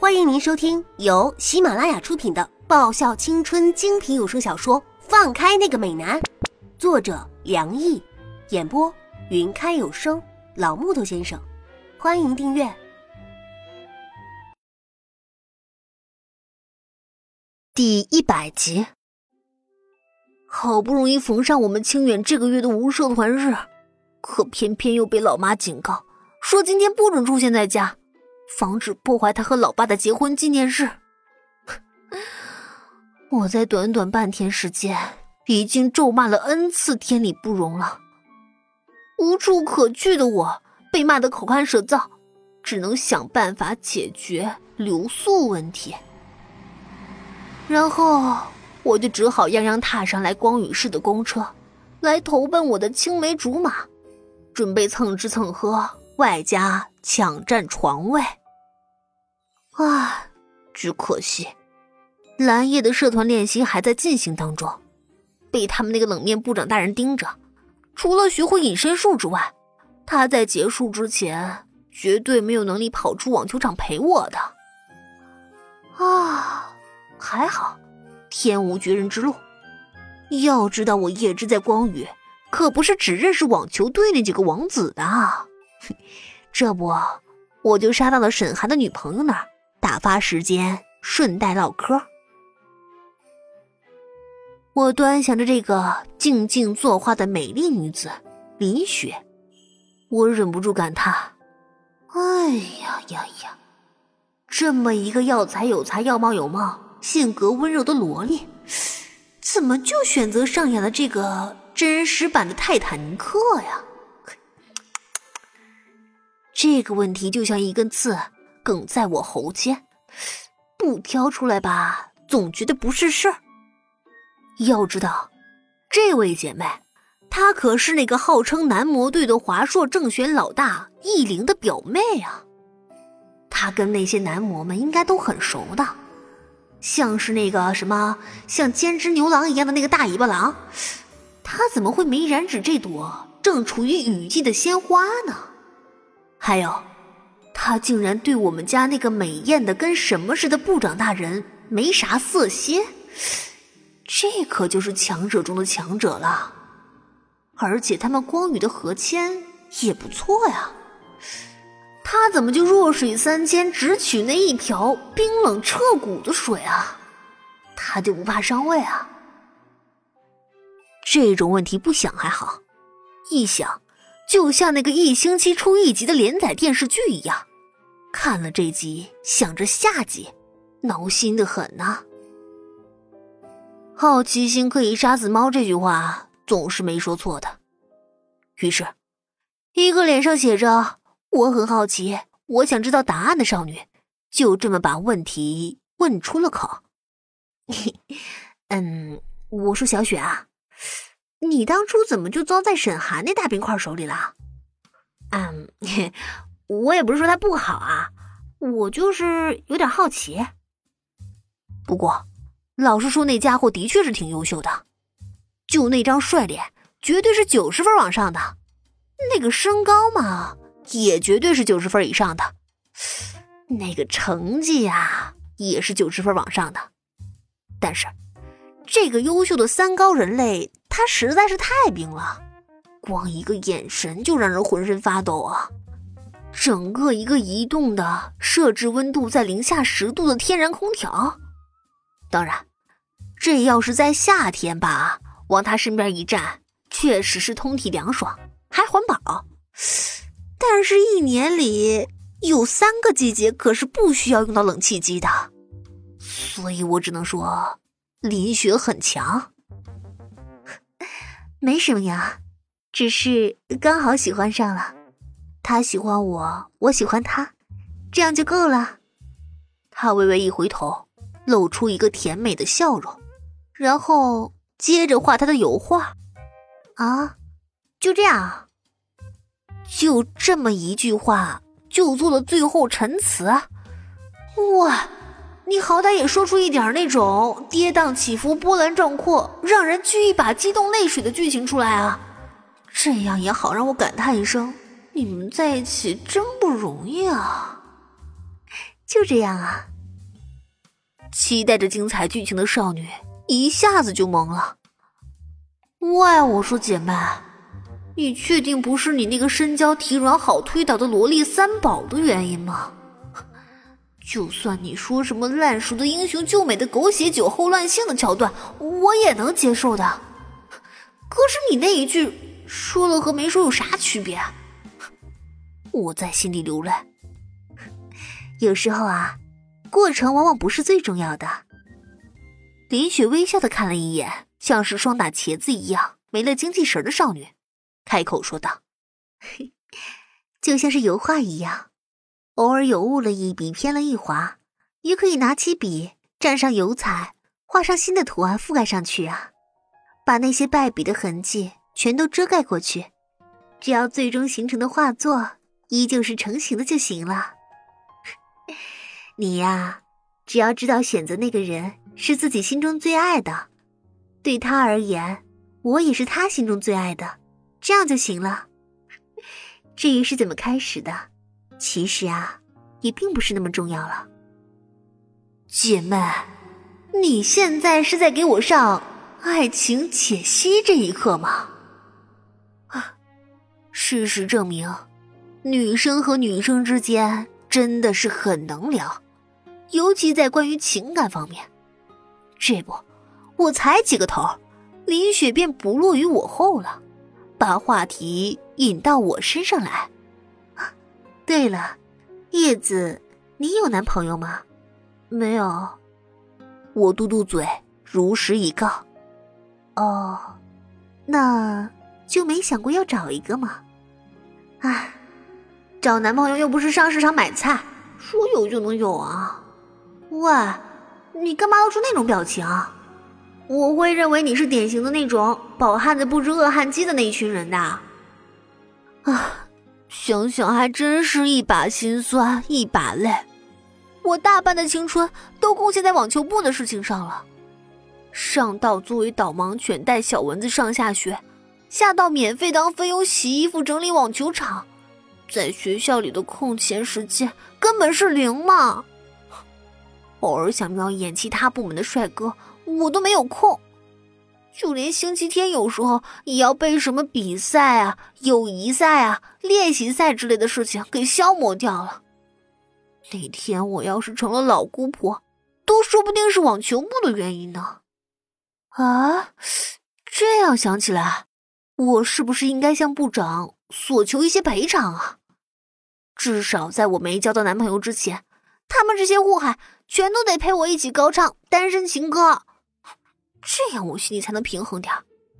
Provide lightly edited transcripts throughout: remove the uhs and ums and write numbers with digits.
欢迎您收听由喜马拉雅出品的爆笑青春精品有声小说《放开那个美男》，作者梁毅，演播云开有声，老木头先生。欢迎订阅。第100集。好不容易逢上我们清远这个月的无社团日，可偏偏又被老妈警告，说今天不准出现在家，防止破坏他和老爸的结婚纪念日。我在短短半天时间已经咒骂了 N 次天理不容了，无处可去的我被骂得口干舌燥，只能想办法解决留宿问题。然后我就只好泱泱踏上来光宇市的公车，来投奔我的青梅竹马，准备蹭吃蹭喝，外加抢占床位。只可惜蓝夜的社团练习还在进行当中，被他们那个冷面部长大人盯着，除了学会隐身术之外，他在结束之前绝对没有能力跑出网球场陪我的。还好天无绝人之路，要知道我叶芝在光宇可不是只认识网球队那几个王子的。这不我就杀到了沈寒的女朋友那儿，打发时间，顺带唠嗑。我端详着这个静静作画的美丽女子林雪，我忍不住感叹，这么一个要才有才，要貌有貌，性格温柔的萝莉，怎么就选择上演了这个真实版的泰坦尼克呀？这个问题就像一根刺梗在我喉间，不挑出来吧，总觉得不是事儿。要知道，这位姐妹，她可是那个号称男模队的华硕正选老大易灵的表妹啊。她跟那些男模们应该都很熟的，像是那个什么像兼职牛郎一样的那个大尾巴狼，她怎么会没染指这朵正处于雨季的鲜花呢？还有，她竟然对我们家那个美艳的跟什么似的部长大人没啥色心，这可就是强者中的强者了。而且他们光宇的合签也不错呀，他怎么就弱水三千只取那一瓢冰冷彻骨的水啊？他就不怕伤胃啊？这种问题不想还好，一想就像那个1星期出1集的连载电视剧一样，看了这集想着下集，挠心的很啊。好奇心可以杀死猫这句话总是没说错的。于是一个脸上写着我很好奇，我想知道答案的少女就这么把问题问出了口。我说小雪啊，你当初怎么就遭在沈寒那大冰块手里了？我也不是说他不好啊，我就是有点好奇。不过老实说，那家伙的确是挺优秀的，就那张帅脸绝对是90分往上的，那个身高嘛也绝对是90分以上的，那个成绩啊也是90分往上的。但是这个优秀的三高人类他实在是太冰了，光一个眼神就让人浑身发抖啊，整个一个移动的设置温度在零下10度的天然空调。当然这要是在夏天吧，往他身边一站确实是通体凉爽还环保，但是一年里有3个季节可是不需要用到冷气机的，所以我只能说林雪很强。没什么呀，只是刚好喜欢上了，他喜欢我，我喜欢他，这样就够了。他微微一回头，露出一个甜美的笑容，然后接着画他的油画。就这样，就这么一句话就做了最后陈词。哇，你好歹也说出一点那种跌宕起伏波澜壮阔让人掬一把激动泪水的剧情出来啊，这样也好让我感叹一声，你们在一起真不容易啊。就这样啊， 期待着精彩剧情的少女一下子就懵了。喂，我说姐妹，你确定不是你那个身娇体软好推倒的萝莉三宝的原因吗？就算你说什么烂熟的英雄救美的狗血酒后乱性的桥段，我也能接受的。可是你那一句说了和没说有啥区别？我在心里流泪。有时候啊，过程往往不是最重要的。林雪微笑地看了一眼像是双打茄子一样没了精气神的少女，开口说道：就像是油画一样，偶尔有误了一笔偏了一划，也可以拿起笔蘸上油彩，画上新的图案覆盖上去啊，把那些败笔的痕迹全都遮盖过去，只要最终形成的画作依旧是成型的就行了。你呀，只要知道选择那个人是自己心中最爱的，对他而言，我也是他心中最爱的，这样就行了。至于是怎么开始的，其实啊，也并不是那么重要了。姐妹，你现在是在给我上爱情解析这一课吗？事实证明，女生和女生之间真的是很能聊，尤其在关于情感方面。这不，我才几个头，林雪便不落于我后了，把话题引到我身上来。对了，叶子，你有男朋友吗？没有。我嘟嘟嘴，如实一告。哦，那就没想过要找一个吗？唉，找男朋友又不是上市场买菜，说有就能有啊。喂，你干嘛露出那种表情？我会认为你是典型的那种饱汉子不知饿汉饥的那一群人的。啊，想想还真是一把辛酸一把泪。我大半的青春都贡献在网球部的事情上了，上到作为导盲犬带小蚊子上下学，下到免费当菲佣洗衣服整理网球场，在学校里的空闲时间根本是零嘛。偶尔想瞄一眼其他部门的帅哥，我都没有空，就连星期天有时候也要被什么比赛啊、友谊赛啊、练习赛之类的事情给消磨掉了。那天我要是成了老姑婆，都说不定是网球部的原因呢。啊，这样想起来，我是不是应该向部长索求一些赔偿啊？至少在我没交到男朋友之前，他们这些祸害全都得陪我一起高唱单身情歌，这样我心里才能平衡点。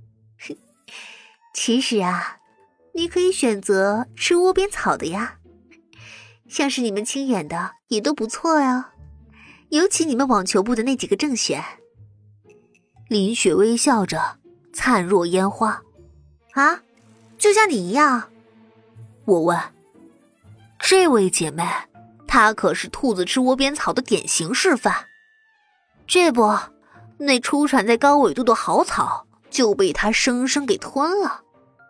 其实啊，你可以选择吃窝边草的呀，像是你们清远的也都不错呀，尤其你们网球部的那几个正选。林雪微笑着，灿若烟花。啊，就像你一样？我问。这位姐妹，她可是兔子吃窝边草的典型示范。这不，那出产在高纬度的好草就被她生生给吞了。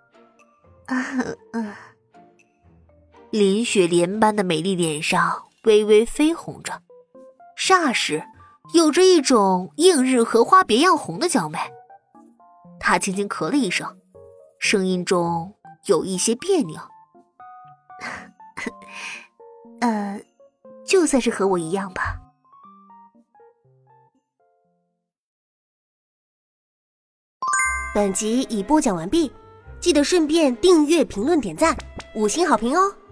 林雪莲般的美丽脸上微微绯红着，霎时有着一种映日荷花别样红的娇媚。她轻轻咳了一声，声音中有一些别扭。就算是和我一样吧。 本集已播讲完毕，记得顺便订阅、评论、点赞，5星好评哦！